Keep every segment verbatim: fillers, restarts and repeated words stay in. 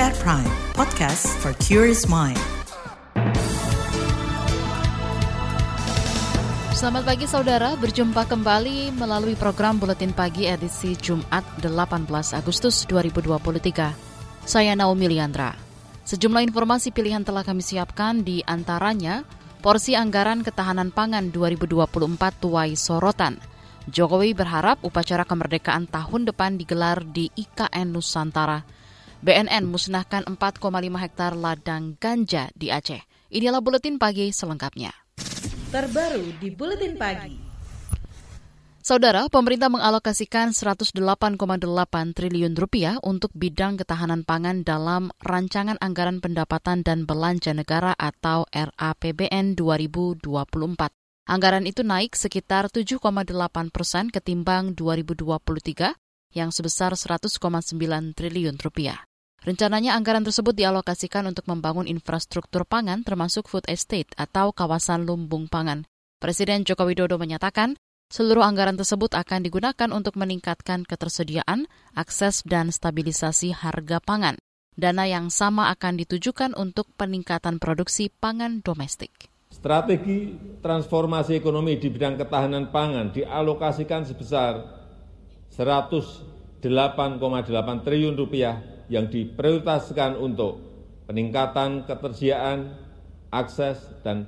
KBR Prime, podcast for curious mind. Selamat pagi saudara, berjumpa kembali melalui program Buletin Pagi edisi Jumat delapan belas Agustus dua ribu dua puluh tiga. Saya Naomi Liandra. Sejumlah informasi pilihan telah kami siapkan, di antaranya porsi anggaran ketahanan pangan dua ribu dua puluh empat tuai sorotan. Jokowi berharap upacara kemerdekaan tahun depan digelar di I K N Nusantara. B N N musnahkan empat koma lima hektar ladang ganja di Aceh. Inilah Buletin Pagi selengkapnya. Terbaru di Buletin Pagi. Saudara, pemerintah mengalokasikan seratus delapan koma delapan triliun rupiah untuk bidang ketahanan pangan dalam Rancangan Anggaran Pendapatan dan Belanja Negara atau R A P B N dua ribu dua puluh empat. Anggaran itu naik sekitar tujuh koma delapan persen ketimbang dua ribu dua puluh tiga yang sebesar seratus koma sembilan triliun rupiah. Rencananya anggaran tersebut dialokasikan untuk membangun infrastruktur pangan termasuk food estate atau kawasan lumbung pangan. Presiden Joko Widodo menyatakan seluruh anggaran tersebut akan digunakan untuk meningkatkan ketersediaan, akses, dan stabilisasi harga pangan. Dana yang sama akan ditujukan untuk peningkatan produksi pangan domestik. Strategi transformasi ekonomi di bidang ketahanan pangan dialokasikan sebesar seratus delapan koma delapan triliun rupiah yang diprioritaskan untuk peningkatan ketersediaan, akses, dan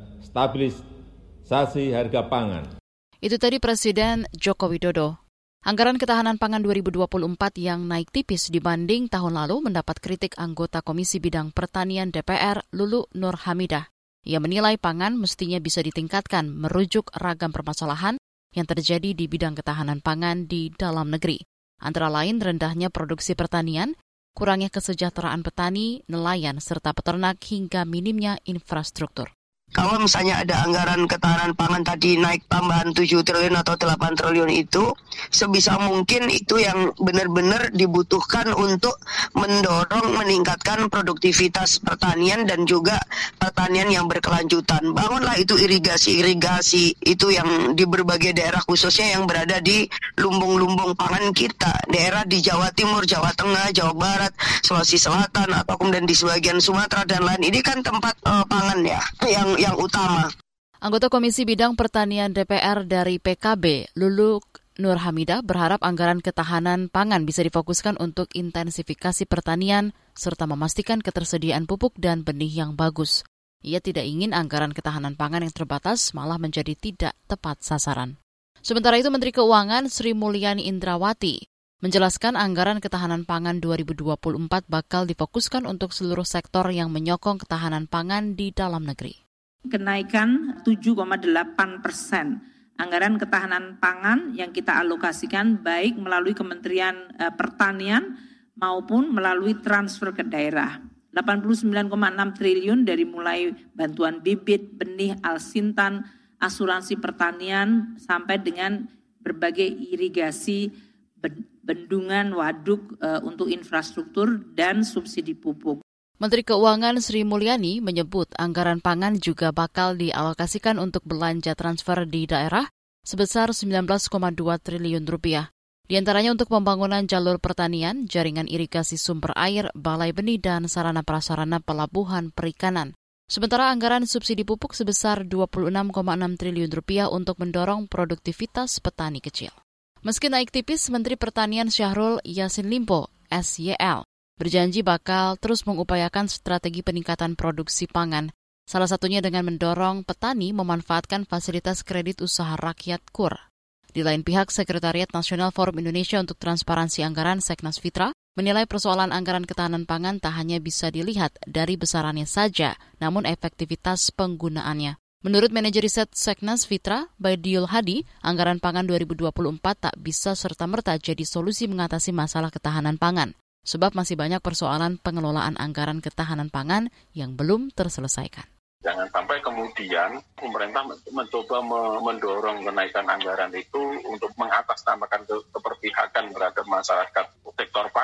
stabilisasi harga pangan. Itu tadi Presiden Joko Widodo. Anggaran ketahanan pangan dua ribu dua puluh empat yang naik tipis dibanding tahun lalu mendapat kritik anggota Komisi Bidang Pertanian D P R Lulu Nur Hamidah. Ia menilai pangan mestinya bisa ditingkatkan merujuk ragam permasalahan yang terjadi di bidang ketahanan pangan di dalam negeri. Antara lain rendahnya produksi pertanian, kurangnya kesejahteraan petani, nelayan, serta peternak hingga minimnya infrastruktur. Kalau misalnya ada anggaran ketahanan pangan tadi naik tambahan tujuh triliun atau delapan triliun itu, sebisa mungkin itu yang benar-benar dibutuhkan untuk mendorong meningkatkan produktivitas pertanian dan juga pertanian yang berkelanjutan. Bangunlah itu irigasi-irigasi itu yang di berbagai daerah khususnya yang berada di lumbung-lumbung pangan kita. Daerah di Jawa Timur, Jawa Tengah, Jawa Barat, Sulawesi Selatan, atau kemudian di sebagian Sumatera dan lain. Ini kan tempat uh, pangan ya, yang yang utama. Anggota Komisi Bidang Pertanian D P R dari P K B, Lulu Nur Hamidah, berharap anggaran ketahanan pangan bisa difokuskan untuk intensifikasi pertanian serta memastikan ketersediaan pupuk dan benih yang bagus. Ia tidak ingin anggaran ketahanan pangan yang terbatas malah menjadi tidak tepat sasaran. Sementara itu, Menteri Keuangan Sri Mulyani Indrawati menjelaskan anggaran ketahanan pangan dua ribu dua puluh empat bakal difokuskan untuk seluruh sektor yang menyokong ketahanan pangan di dalam negeri. Kenaikan tujuh koma delapan persen anggaran ketahanan pangan yang kita alokasikan baik melalui Kementerian eh, Pertanian maupun melalui transfer ke daerah. delapan puluh sembilan koma enam triliun dari mulai bantuan bibit, benih, alsintan, asuransi pertanian sampai dengan berbagai irigasi, bendungan, waduk eh, untuk infrastruktur dan subsidi pupuk. Menteri Keuangan Sri Mulyani menyebut anggaran pangan juga bakal dialokasikan untuk belanja transfer di daerah sebesar sembilan belas koma dua triliun rupiah. Di antaranya untuk pembangunan jalur pertanian, jaringan irigasi sumber air, balai benih, dan sarana prasarana pelabuhan perikanan. Sementara anggaran subsidi pupuk sebesar dua puluh enam koma enam triliun rupiah untuk mendorong produktivitas petani kecil. Meski naik tipis, Menteri Pertanian Syahrul Yassin Limpo, S Y L, berjanji bakal terus mengupayakan strategi peningkatan produksi pangan, salah satunya dengan mendorong petani memanfaatkan fasilitas kredit usaha rakyat K U R. Di lain pihak, Sekretariat Nasional Forum Indonesia untuk Transparansi Anggaran Seknas Fitra menilai persoalan anggaran ketahanan pangan tak hanya bisa dilihat dari besarannya saja, namun efektivitas penggunaannya. Menurut manajer riset Seknas Fitra, Baidiul Hadi, anggaran pangan dua ribu dua puluh empat tak bisa serta-merta jadi solusi mengatasi masalah ketahanan pangan. Sebab masih banyak persoalan pengelolaan anggaran ketahanan pangan yang belum terselesaikan. Jangan sampai kemudian pemerintah mencoba mendorong kenaikan anggaran itu untuk mengatasnamakan keperpihakan terhadap masyarakat sektor pangan.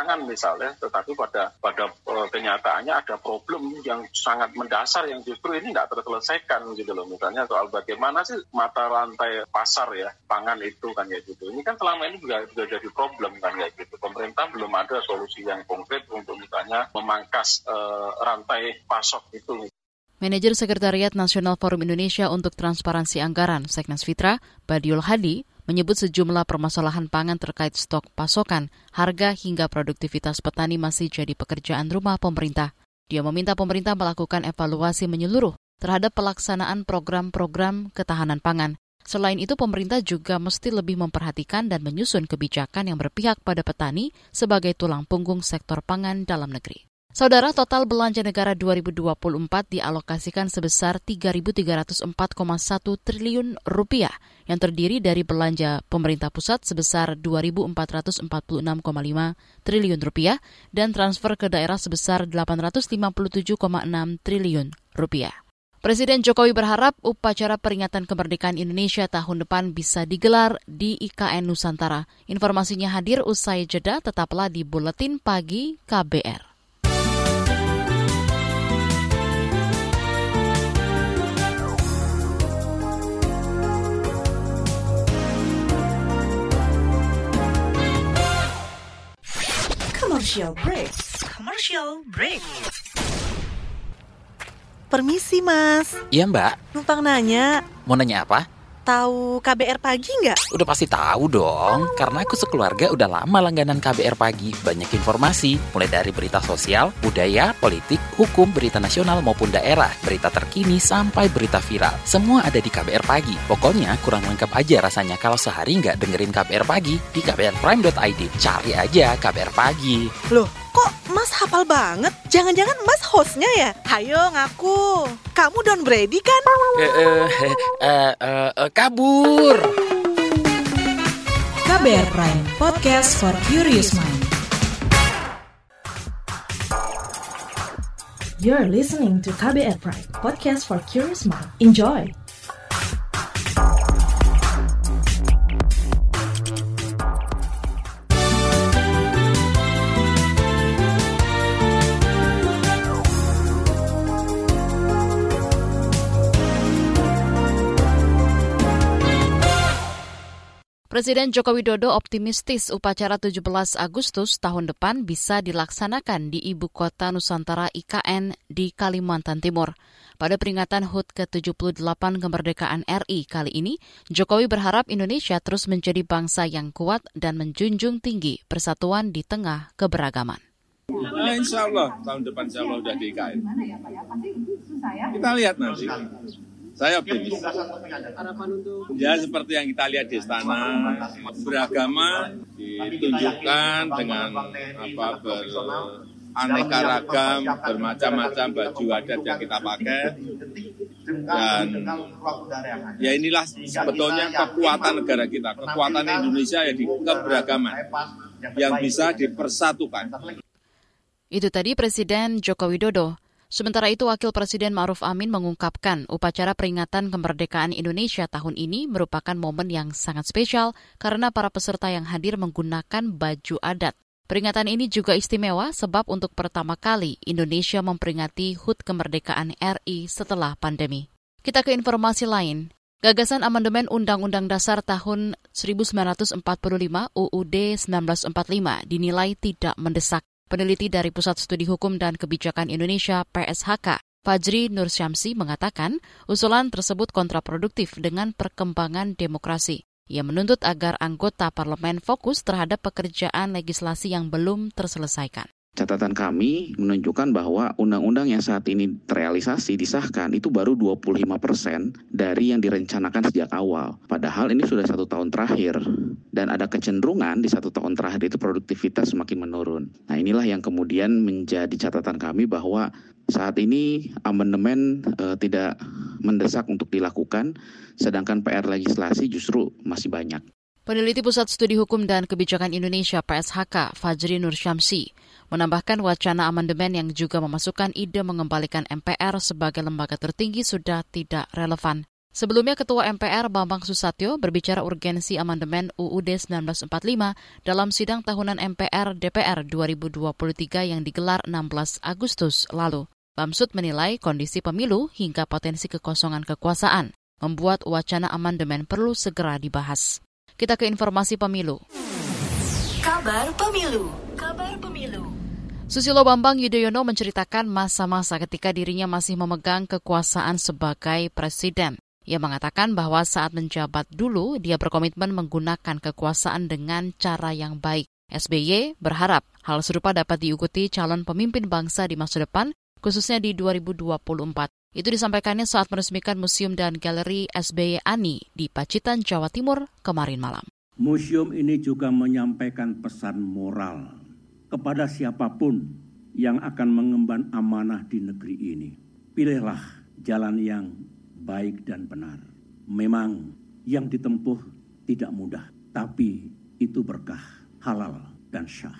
pangan misalnya, tetapi pada pada uh, kenyataannya ada problem yang sangat mendasar yang justru ini nggak terselesaikan gitu loh. Misalnya soal bagaimana sih mata rantai pasar ya pangan itu kan ya gitu. Ini kan selama ini juga juga jadi problem kan ya gitu. Pemerintah belum ada solusi yang konkret untuk misalnya memangkas uh, rantai pasok itu. Manajer Sekretariat Nasional Forum Indonesia untuk Transparansi Anggaran, Seknas Fitra, Badiul Hadi, menyebut sejumlah permasalahan pangan terkait stok pasokan, harga hingga produktivitas petani masih jadi pekerjaan rumah pemerintah. Dia meminta pemerintah melakukan evaluasi menyeluruh terhadap pelaksanaan program-program ketahanan pangan. Selain itu, pemerintah juga mesti lebih memperhatikan dan menyusun kebijakan yang berpihak pada petani sebagai tulang punggung sektor pangan dalam negeri. Saudara, total belanja negara dua ribu dua puluh empat dialokasikan sebesar tiga ribu tiga ratus empat koma satu triliun rupiah yang terdiri dari belanja pemerintah pusat sebesar dua ribu empat ratus empat puluh enam koma lima triliun rupiah dan transfer ke daerah sebesar delapan ratus lima puluh tujuh koma enam triliun rupiah. Presiden Jokowi berharap upacara peringatan kemerdekaan Indonesia tahun depan bisa digelar di I K N Nusantara. Informasinya hadir usai jeda, tetaplah di Buletin Pagi K B R. Commercial break. Commercial break. Permisi, Mas. Iya, Mbak. Numpang nanya. Mau nanya apa? Tahu K B R Pagi nggak? Udah pasti tahu dong, karena aku sekeluarga udah lama langganan K B R Pagi. Banyak informasi, mulai dari berita sosial, budaya, politik, hukum, berita nasional maupun daerah, berita terkini sampai berita viral. Semua ada di K B R Pagi. Pokoknya kurang lengkap aja rasanya kalau sehari nggak dengerin K B R Pagi di k b r prime dot i d. Cari aja K B R Pagi. Loh, kok Mas hafal banget? Jangan-jangan Mas hostnya ya? Hayo ngaku. Kamu Don Brady kan? Eh, eh, eh, eh, eh, kabur. K B R Prime, podcast for curious mind. You're listening to K B R Prime, podcast for curious mind. Enjoy! Presiden Joko Widodo optimistis upacara tujuh belas Agustus tahun depan bisa dilaksanakan di Ibu Kota Nusantara I K N di Kalimantan Timur. Pada peringatan H U T ke tujuh puluh delapan kemerdekaan R I kali ini, Jokowi berharap Indonesia terus menjadi bangsa yang kuat dan menjunjung tinggi persatuan di tengah keberagaman. Nah, insya Allah tahun depan insya Allah sudah di I K N. Kita lihat nanti. Saya optimis. Ya seperti yang kita lihat di istana, beragama ditunjukkan dengan apa beraneka ragam, bermacam-macam baju adat yang kita pakai. Dan ya inilah sebetulnya kekuatan negara kita, kekuatan Indonesia ya di keberagaman yang bisa dipersatukan. Itu tadi Presiden Joko Widodo. Sementara itu, Wakil Presiden Ma'ruf Amin mengungkapkan upacara peringatan kemerdekaan Indonesia tahun ini merupakan momen yang sangat spesial karena para peserta yang hadir menggunakan baju adat. Peringatan ini juga istimewa sebab untuk pertama kali Indonesia memperingati H U T kemerdekaan R I setelah pandemi. Kita ke informasi lain. Gagasan amandemen Undang-Undang Dasar tahun seribu sembilan ratus empat puluh lima U U D seribu sembilan ratus empat puluh lima dinilai tidak mendesak. Peneliti dari Pusat Studi Hukum dan Kebijakan Indonesia P S H K, Fajri Nur Syamsi mengatakan usulan tersebut kontraproduktif dengan perkembangan demokrasi. Ia menuntut agar anggota parlemen fokus terhadap pekerjaan legislasi yang belum terselesaikan. Catatan kami menunjukkan bahwa undang-undang yang saat ini terrealisasi disahkan itu baru dua puluh lima persen dari yang direncanakan sejak awal. Padahal ini sudah satu tahun terakhir dan ada kecenderungan di satu tahun terakhir itu produktivitas semakin menurun. Nah inilah yang kemudian menjadi catatan kami bahwa saat ini amandemen e, tidak mendesak untuk dilakukan, sedangkan P R legislasi justru masih banyak. Peneliti Pusat Studi Hukum dan Kebijakan Indonesia P S H K, Fajri Nur Syamsi, menambahkan wacana amandemen yang juga memasukkan ide mengembalikan M P R sebagai lembaga tertinggi sudah tidak relevan. Sebelumnya Ketua M P R Bambang Susatyo berbicara urgensi amandemen U U D seribu sembilan ratus empat puluh lima dalam sidang tahunan M P R D P R dua ribu dua puluh tiga yang digelar enam belas Agustus lalu. Bamsud menilai kondisi pemilu hingga potensi kekosongan kekuasaan membuat wacana amandemen perlu segera dibahas. Kita ke informasi pemilu. Kabar Pemilu. Kabar Pemilu. Susilo Bambang Yudhoyono menceritakan masa-masa ketika dirinya masih memegang kekuasaan sebagai presiden. Ia mengatakan bahwa saat menjabat dulu, dia berkomitmen menggunakan kekuasaan dengan cara yang baik. S B Y berharap hal serupa dapat diikuti calon pemimpin bangsa di masa depan, khususnya di dua ribu dua puluh empat. Itu disampaikannya saat meresmikan Museum dan Galeri S B Y Ani di Pacitan, Jawa Timur kemarin malam. Museum ini juga menyampaikan pesan moral kepada siapapun yang akan mengemban amanah di negeri ini. Pilihlah jalan yang baik dan benar. Memang yang ditempuh tidak mudah, tapi itu berkah, halal dan syah.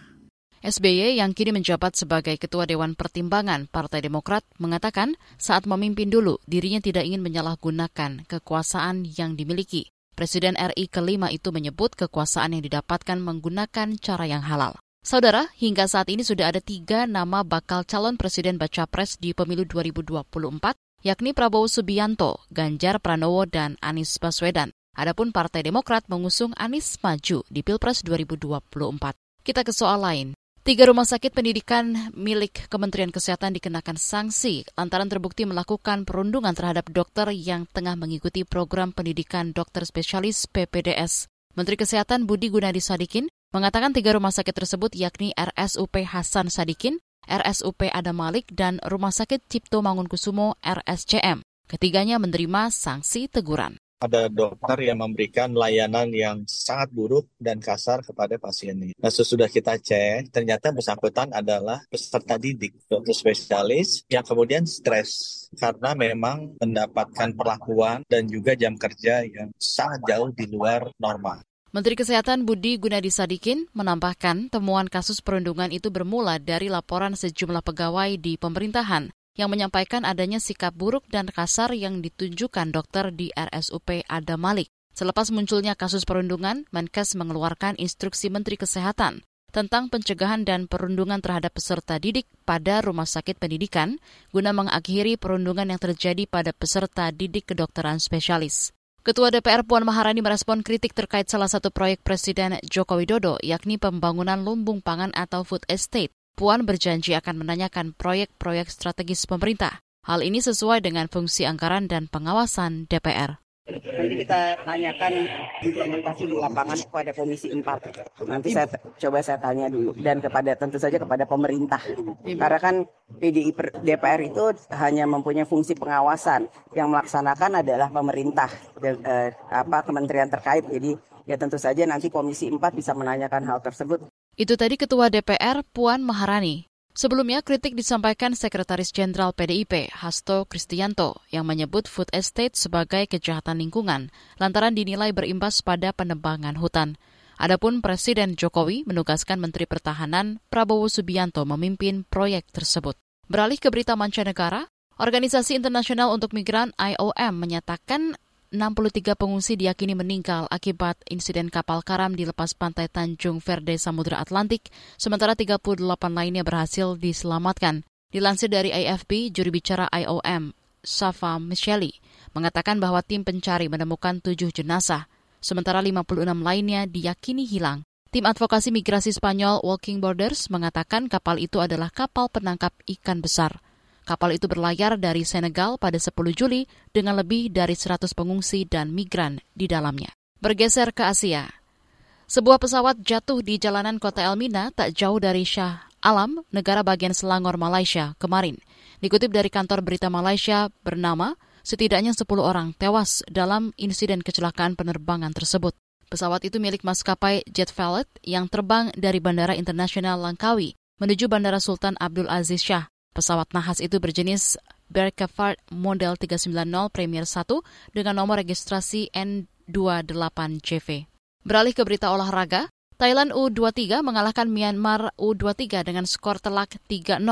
S B Y yang kini menjabat sebagai Ketua Dewan Pertimbangan Partai Demokrat mengatakan saat memimpin dulu dirinya tidak ingin menyalahgunakan kekuasaan yang dimiliki. Presiden R I kelima itu menyebut kekuasaan yang didapatkan menggunakan cara yang halal. Saudara, hingga saat ini sudah ada tiga nama bakal calon presiden baca pres di pemilu dua ribu dua puluh empat, yakni Prabowo Subianto, Ganjar Pranowo, dan Anies Baswedan. Adapun Partai Demokrat mengusung Anies maju di Pilpres dua ribu dua puluh empat. Kita ke soal lain. Tiga rumah sakit pendidikan milik Kementerian Kesehatan dikenakan sanksi lantaran terbukti melakukan perundungan terhadap dokter yang tengah mengikuti program pendidikan dokter spesialis P P D S. Menteri Kesehatan Budi Gunadi Sadikin mengatakan tiga rumah sakit tersebut yakni R S U P Hasan Sadikin, R S U P Adam Malik, dan Rumah Sakit Cipto Mangunkusumo R S C M. Ketiganya menerima sanksi teguran. Ada dokter yang memberikan layanan yang sangat buruk dan kasar kepada pasien ini. Nah, sesudah kita cek, ternyata bersangkutan adalah peserta didik, dokter spesialis yang kemudian stres karena memang mendapatkan perlakuan dan juga jam kerja yang sangat jauh di luar normal. Menteri Kesehatan Budi Gunadi Sadikin menambahkan temuan kasus perundungan itu bermula dari laporan sejumlah pegawai di pemerintahan yang menyampaikan adanya sikap buruk dan kasar yang ditunjukkan dokter di R S U P Adam Malik. Selepas munculnya kasus perundungan, Menkes mengeluarkan instruksi Menteri Kesehatan tentang pencegahan dan perundungan terhadap peserta didik pada rumah sakit pendidikan guna mengakhiri perundungan yang terjadi pada peserta didik kedokteran spesialis. Ketua D P R Puan Maharani merespon kritik terkait salah satu proyek Presiden Joko Widodo, yakni pembangunan lumbung pangan atau food estate. Puan berjanji akan menanyakan proyek-proyek strategis pemerintah. Hal ini sesuai dengan fungsi anggaran dan pengawasan D P R. Nanti kita tanyakan implementasi di lapangan kepada Komisi empat. Nanti saya coba saya tanya dulu. Dan kepada tentu saja kepada pemerintah. Karena kan P D I D P R itu hanya mempunyai fungsi pengawasan. Yang melaksanakan adalah pemerintah, eh, apa kementerian terkait. Jadi ya tentu saja nanti Komisi empat bisa menanyakan hal tersebut. Itu tadi Ketua D P R Puan Maharani. Sebelumnya kritik disampaikan Sekretaris Jenderal P D I P Hasto Kristianto yang menyebut food estate sebagai kejahatan lingkungan lantaran dinilai berimbas pada penebangan hutan. Adapun Presiden Jokowi menugaskan Menteri Pertahanan Prabowo Subianto memimpin proyek tersebut. Beralih ke berita mancanegara, Organisasi Internasional untuk Migran I O M menyatakan enam puluh tiga pengungsi diyakini meninggal akibat insiden kapal karam di lepas pantai Tanjung Verde, Samudra Atlantik, sementara tiga puluh delapan lainnya berhasil diselamatkan. Dilansir dari A F P, juri bicara I O M, Safa Micheli, mengatakan bahwa tim pencari menemukan tujuh jenazah, sementara lima puluh enam lainnya diyakini hilang. Tim advokasi migrasi Spanyol Walking Borders mengatakan kapal itu adalah kapal penangkap ikan besar. Kapal itu berlayar dari Senegal pada sepuluh Juli dengan lebih dari seratus pengungsi dan migran di dalamnya. Bergeser ke Asia. Sebuah pesawat jatuh di jalanan kota Elmina tak jauh dari Shah Alam, negara bagian Selangor Malaysia, kemarin. Dikutip dari kantor berita Malaysia bernama, setidaknya sepuluh orang tewas dalam insiden kecelakaan penerbangan tersebut. Pesawat itu milik maskapai Jet Valet yang terbang dari Bandara Internasional Langkawi menuju Bandara Sultan Abdul Aziz Shah. Pesawat nahas itu berjenis Berkefart model tiga sembilan nol Premier satu dengan nomor registrasi N dua delapan J V. Beralih ke berita olahraga, Thailand U dua puluh tiga mengalahkan Myanmar U dua puluh tiga dengan skor telak tiga nol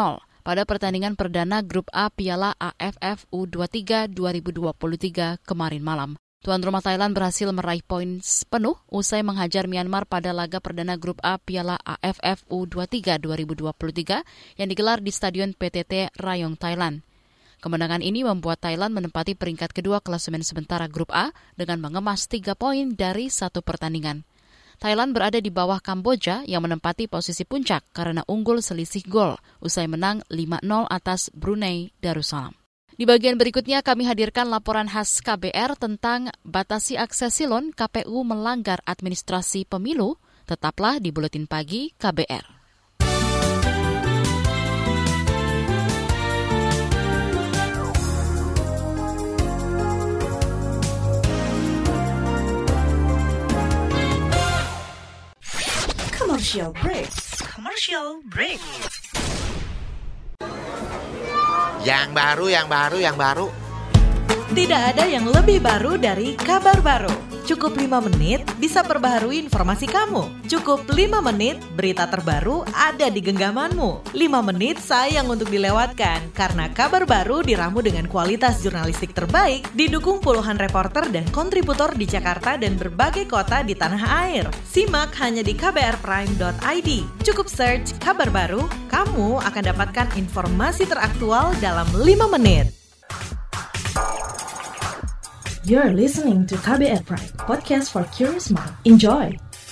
pada pertandingan perdana Grup A Piala A F F U dua puluh tiga dua ribu dua puluh tiga kemarin malam. Tuan rumah Thailand berhasil meraih poin penuh usai menghajar Myanmar pada laga perdana Grup A Piala A F F U dua puluh tiga dua ribu dua puluh tiga yang digelar di Stadion P T T Rayong, Thailand. Kemenangan ini membuat Thailand menempati peringkat kedua klasemen sementara Grup A dengan mengemas tiga poin dari satu pertandingan. Thailand berada di bawah Kamboja yang menempati posisi puncak karena unggul selisih gol usai menang lima nol atas Brunei Darussalam. Di bagian berikutnya kami hadirkan laporan khas K B R tentang batasi akses silon K P U melanggar administrasi pemilu. Tetaplah di Buletin Pagi K B R. Commercial break. Commercial break. Yang baru, yang baru, yang baru. Tidak ada yang lebih baru dari kabar baru. Cukup lima menit bisa perbaharui informasi kamu. Cukup lima menit berita terbaru ada di genggamanmu. lima menit sayang untuk dilewatkan karena kabar baru diramu dengan kualitas jurnalistik terbaik, didukung puluhan reporter dan kontributor di Jakarta dan berbagai kota di tanah air. Simak hanya di k b r prime dot i d. Cukup search kabar baru, kamu akan dapatkan informasi teraktual dalam lima menit. You're listening to K B R Prime, podcast for curious mind. Enjoy!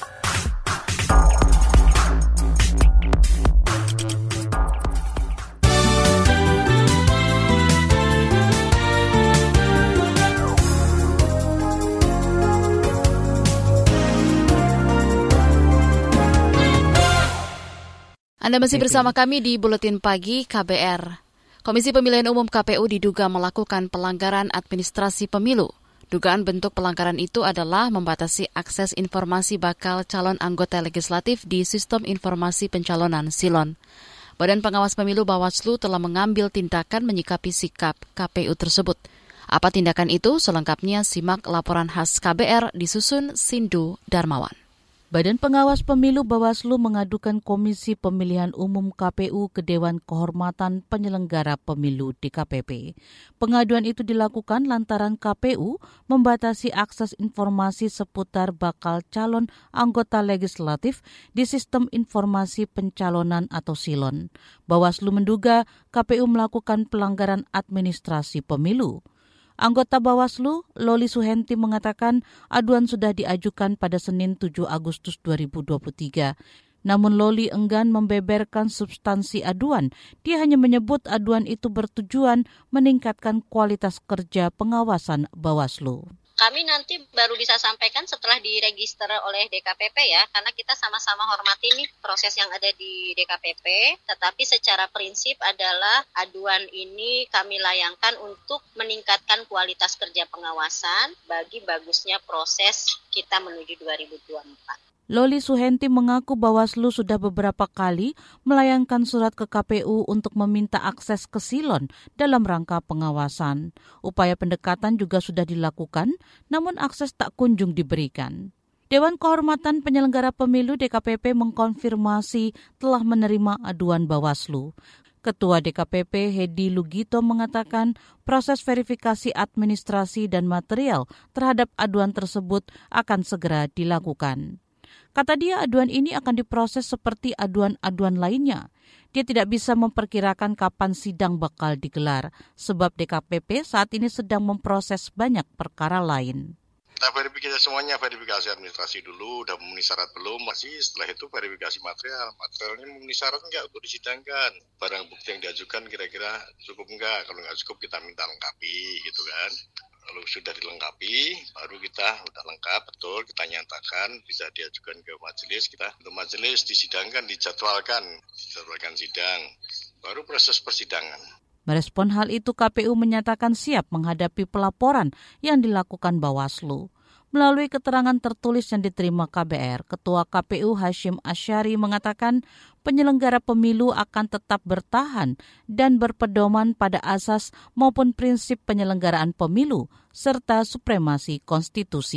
Anda masih bersama kami di Buletin Pagi K B R. Komisi Pemilihan Umum K P U diduga melakukan pelanggaran administrasi pemilu. Dugaan bentuk pelanggaran itu adalah membatasi akses informasi bakal calon anggota legislatif di Sistem Informasi Pencalonan Silon. Badan Pengawas Pemilu Bawaslu telah mengambil tindakan menyikapi sikap K P U tersebut. Apa tindakan itu? Selengkapnya simak laporan khas K B R disusun Sindu Darmawan. Badan Pengawas Pemilu Bawaslu mengadukan Komisi Pemilihan Umum K P U ke Dewan Kehormatan Penyelenggara Pemilu D K P P. Pengaduan itu dilakukan lantaran K P U membatasi akses informasi seputar bakal calon anggota legislatif di Sistem Informasi Pencalonan atau Silon. Bawaslu menduga K P U melakukan pelanggaran administrasi pemilu. Anggota Bawaslu, Loli Suhenti mengatakan aduan sudah diajukan pada Senin tujuh Agustus dua ribu dua puluh tiga. Namun Loli enggan membeberkan substansi aduan. Dia hanya menyebut aduan itu bertujuan meningkatkan kualitas kerja pengawasan Bawaslu. Kami nanti baru bisa sampaikan setelah diregister oleh D K P P ya, karena kita sama-sama hormati nih proses yang ada di D K P P, tetapi secara prinsip adalah aduan ini kami layangkan untuk meningkatkan kualitas kerja pengawasan bagi bagusnya proses kita menuju dua ribu dua puluh empat. Loli Suhenti mengaku Bawaslu sudah beberapa kali melayangkan surat ke K P U untuk meminta akses ke Silon dalam rangka pengawasan. Upaya pendekatan juga sudah dilakukan, namun akses tak kunjung diberikan. Dewan Kehormatan Penyelenggara Pemilu D K P P mengkonfirmasi telah menerima aduan Bawaslu. Ketua D K P P Hedi Lugito mengatakan proses verifikasi administrasi dan material terhadap aduan tersebut akan segera dilakukan. Kata dia, aduan ini akan diproses seperti aduan-aduan lainnya. Dia tidak bisa memperkirakan kapan sidang bakal digelar, sebab D K P P saat ini sedang memproses banyak perkara lain. Kita verifikasi semuanya, verifikasi administrasi dulu, udah memenuhi syarat belum, masih setelah itu verifikasi material. Materialnya memenuhi syarat enggak untuk disidangkan. Barang bukti yang diajukan kira-kira cukup enggak, kalau enggak cukup kita minta lengkapi gitu kan. Kalau sudah dilengkapi, baru kita udah lengkap, betul, kita nyatakan, bisa diajukan ke majelis, kita untuk majelis disidangkan, dijadwalkan, dijadwalkan sidang, baru proses persidangan. Merespon hal itu, K P U menyatakan siap menghadapi pelaporan yang dilakukan Bawaslu. Melalui keterangan tertulis yang diterima K B R, Ketua K P U Hashim Asyari mengatakan penyelenggara pemilu akan tetap bertahan dan berpedoman pada asas maupun prinsip penyelenggaraan pemilu serta supremasi konstitusi.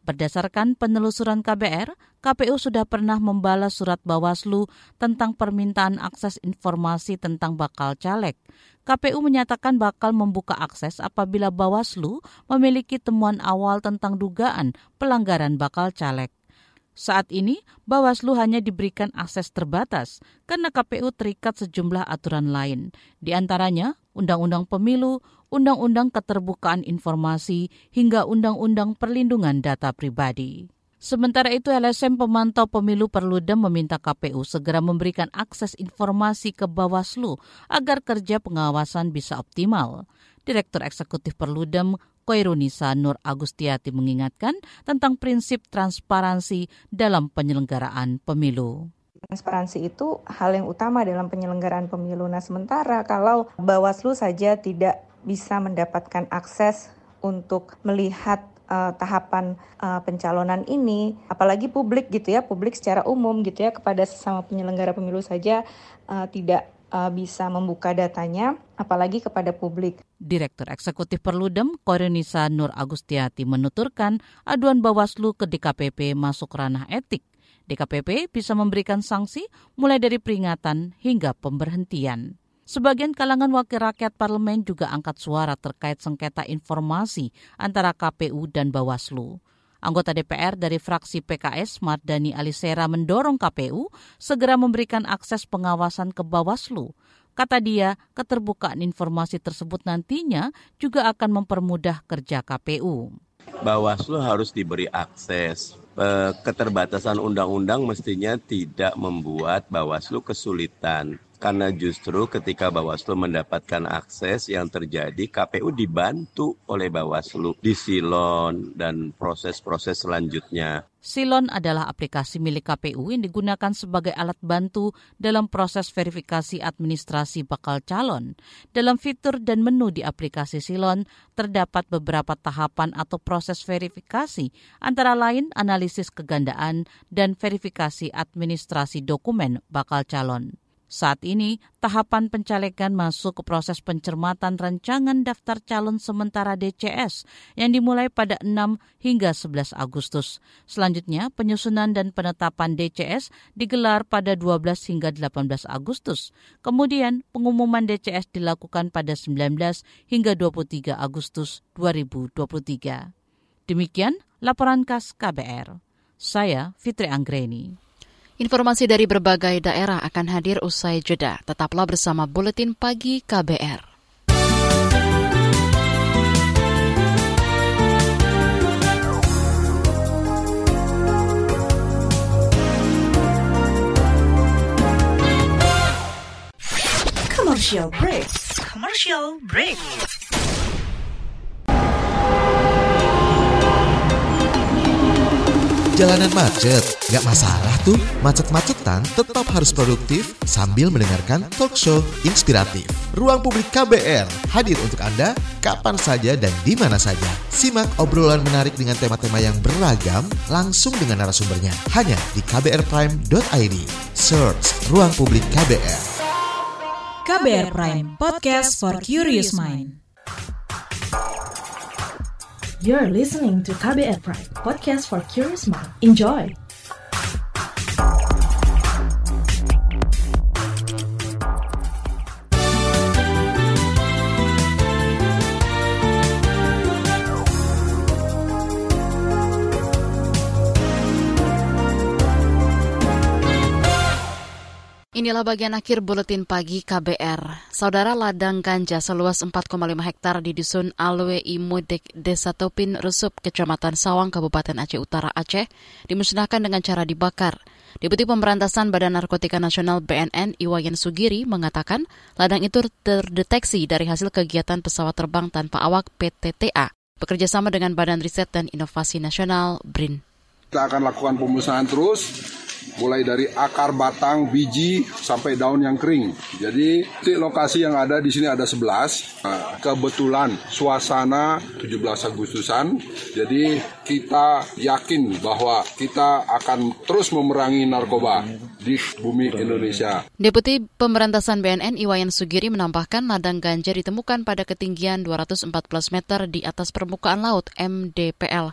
Berdasarkan penelusuran K B R, K P U sudah pernah membalas surat Bawaslu tentang permintaan akses informasi tentang bakal caleg. K P U menyatakan bakal membuka akses apabila Bawaslu memiliki temuan awal tentang dugaan pelanggaran bakal caleg. Saat ini, Bawaslu hanya diberikan akses terbatas karena K P U terikat sejumlah aturan lain, di antaranya Undang-Undang Pemilu, Undang-Undang Keterbukaan Informasi, hingga Undang-Undang Perlindungan Data Pribadi. Sementara itu, L S M Pemantau Pemilu Perludem meminta K P U segera memberikan akses informasi ke Bawaslu agar kerja pengawasan bisa optimal. Direktur Eksekutif Perludem, Koirunisa Nur Agustiati mengingatkan tentang prinsip transparansi dalam penyelenggaraan pemilu. Transparansi itu hal yang utama dalam penyelenggaraan pemilu. Nah, sementara kalau Bawaslu saja tidak bisa mendapatkan akses untuk melihat uh, tahapan uh, pencalonan ini, apalagi publik gitu ya, publik secara umum gitu ya, kepada sesama penyelenggara pemilu saja uh, tidak uh, bisa membuka datanya, apalagi kepada publik. Direktur Eksekutif Perludem, Koirunisa Nur Agustiati menuturkan aduan Bawaslu ke D K P P masuk ranah etik. D K P P bisa memberikan sanksi mulai dari peringatan hingga pemberhentian. Sebagian kalangan wakil rakyat parlemen juga angkat suara terkait sengketa informasi antara K P U dan Bawaslu. Anggota D P R dari fraksi P K S, Mardani Alisera, mendorong K P U segera memberikan akses pengawasan ke Bawaslu. Kata dia, keterbukaan informasi tersebut nantinya juga akan mempermudah kerja K P U. Bawaslu harus diberi akses. Keterbatasan undang-undang mestinya tidak membuat Bawaslu kesulitan. Karena justru ketika Bawaslu mendapatkan akses yang terjadi, K P U dibantu oleh Bawaslu di Silon dan proses-proses selanjutnya. Silon adalah aplikasi milik K P U yang digunakan sebagai alat bantu dalam proses verifikasi administrasi bakal calon. Dalam fitur dan menu di aplikasi Silon, terdapat beberapa tahapan atau proses verifikasi, antara lain analisis kegandaan dan verifikasi administrasi dokumen bakal calon. Saat ini, tahapan pencalegan masuk ke proses pencermatan rancangan daftar calon sementara D C S yang dimulai pada enam hingga sebelas Agustus. Selanjutnya, penyusunan dan penetapan D C S digelar pada dua belas hingga delapan belas Agustus. Kemudian, pengumuman D C S dilakukan pada sembilan belas hingga dua puluh tiga Agustus dua ribu dua puluh tiga. Demikian laporan khas K B R. Saya Fitri Anggreni. Informasi dari berbagai daerah akan hadir usai jeda. Tetaplah bersama Buletin Pagi K B R. Commercial break. Commercial break. Jalanan macet, nggak masalah tuh. Macet-macetan tetap harus produktif sambil mendengarkan talk show inspiratif. Ruang Publik K B R hadir untuk Anda kapan saja dan di mana saja. Simak obrolan menarik dengan tema-tema yang beragam langsung dengan narasumbernya. Hanya di k b r prime dot i d. Search Ruang Publik K B R. K B R Prime, podcast for curious mind. You're listening to K B R Prime, podcast for curious mind. Enjoy! Inilah bagian akhir Buletin Pagi K B R. Saudara, ladang ganja seluas empat koma lima hektar di Dusun Alwe Imudek, Desa Topin Rusup, Kecamatan Sawang, Kabupaten Aceh Utara, Aceh, dimusnahkan dengan cara dibakar. Deputi Pemberantasan Badan Narkotika Nasional B N N, Iwayan Sugiri, mengatakan ladang itu terdeteksi dari hasil kegiatan pesawat terbang tanpa awak P T T A, bekerjasama dengan Badan Riset dan Inovasi Nasional B R I N. Kita akan lakukan pemusnahan terus, mulai dari akar, batang, biji, sampai daun yang kering. Jadi lokasi yang ada di sini ada sebelas. Nah, kebetulan suasana tujuh belas Agustusan. Jadi kita yakin bahwa kita akan terus memerangi narkoba di bumi Indonesia. Deputi Pemberantasan B N N Iwayan Sugiri menambahkan ladang ganja ditemukan pada ketinggian dua ratus empat belas meter di atas permukaan laut M D P L.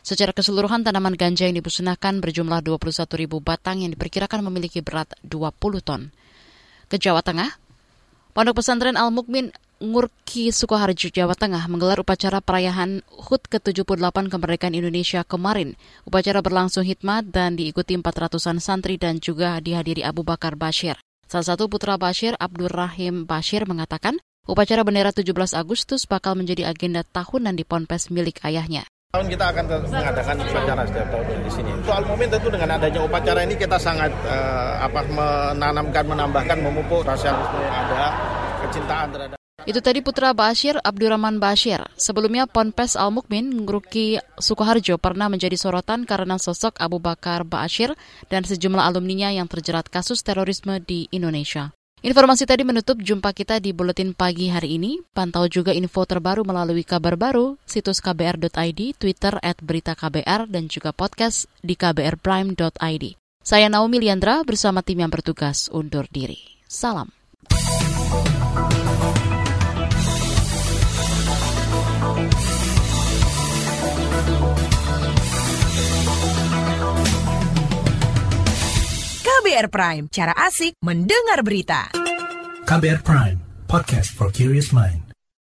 Secara keseluruhan, tanaman ganja yang dimusnahkan berjumlah dua puluh satu ribu batang yang diperkirakan memiliki berat dua puluh ton. Ke Jawa Tengah, Pondok Pesantren Al-Mukmin Ngurki Sukoharjo, Jawa Tengah menggelar upacara perayaan H U T ke tujuh puluh delapan kemerdekaan Indonesia kemarin. Upacara berlangsung hikmat dan diikuti empat ratusan santri dan juga dihadiri Abu Bakar Bashir. Salah satu putra Bashir, Abdurrahim Bashir, mengatakan upacara bendera tujuh belas Agustus bakal menjadi agenda tahunan di ponpes milik ayahnya. Tahun kita akan mengadakan upacara setiap tahun di sini. Untuk Al-Mumin tentu dengan adanya upacara ini kita sangat uh, apa menanamkan, menambahkan, memupuk rasialisme yang ada, kecintaan terhadap. Itu tadi putra Bashir, Abdurrahman Bashir. Sebelumnya Ponpes Al-Mukmin Ngurki Sukoharjo pernah menjadi sorotan karena sosok Abu Bakar Bashir dan sejumlah alumninya yang terjerat kasus terorisme di Indonesia. Informasi tadi menutup jumpa kita di Buletin Pagi hari ini. Pantau juga info terbaru melalui kabar baru, situs k b r dot i d, Twitter at berita k b r, dan juga podcast di k b r prime dot i d. Saya Naomi Liandra bersama tim yang bertugas undur diri. Salam. K B R Prime, cara asik mendengar berita. K B R Prime, podcast for curious mind.